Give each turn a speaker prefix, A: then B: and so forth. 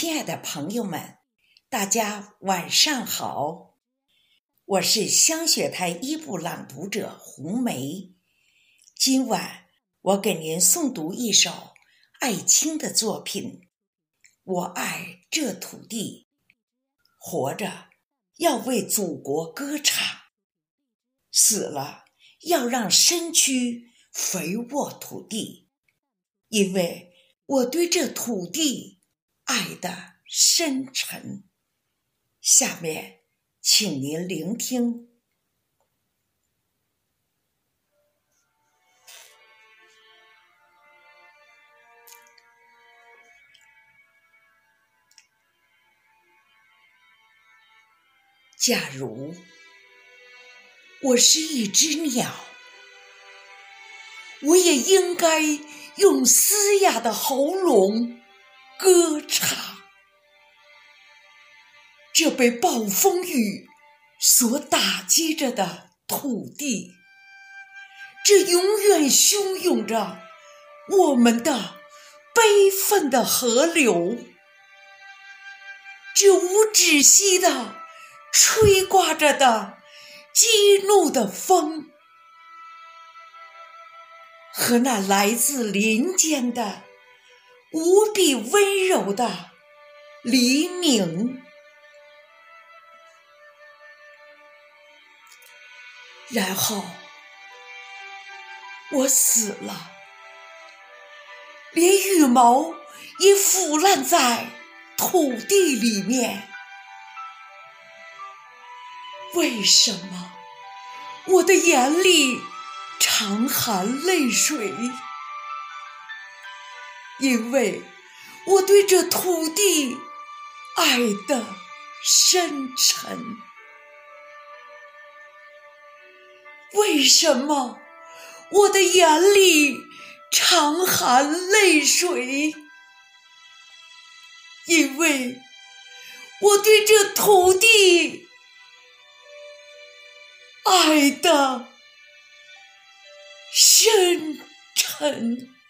A: 亲爱的朋友们，大家晚上好，我是香雪台一部朗读者红梅。今晚我给您诵读一首艾青的作品《我爱这土地》，活着要为祖国歌唱，死了要让身躯肥沃土地，因为我对这土地爱的深沉。下面请您聆听。假如我是一只鸟，我也应该用嘶哑的喉咙歌唱。这被暴风雨所打击着的土地，这永远汹涌着我们的悲愤的河流，这无止息的吹刮着的激怒的风，和那来自林间的无比温柔的黎明。然后我死了，连羽毛也腐烂在土地里面。为什么我的眼里常含泪水？因为我对这土地爱的深沉。为什么我的眼里常含泪水？因为我对这土地爱的深沉。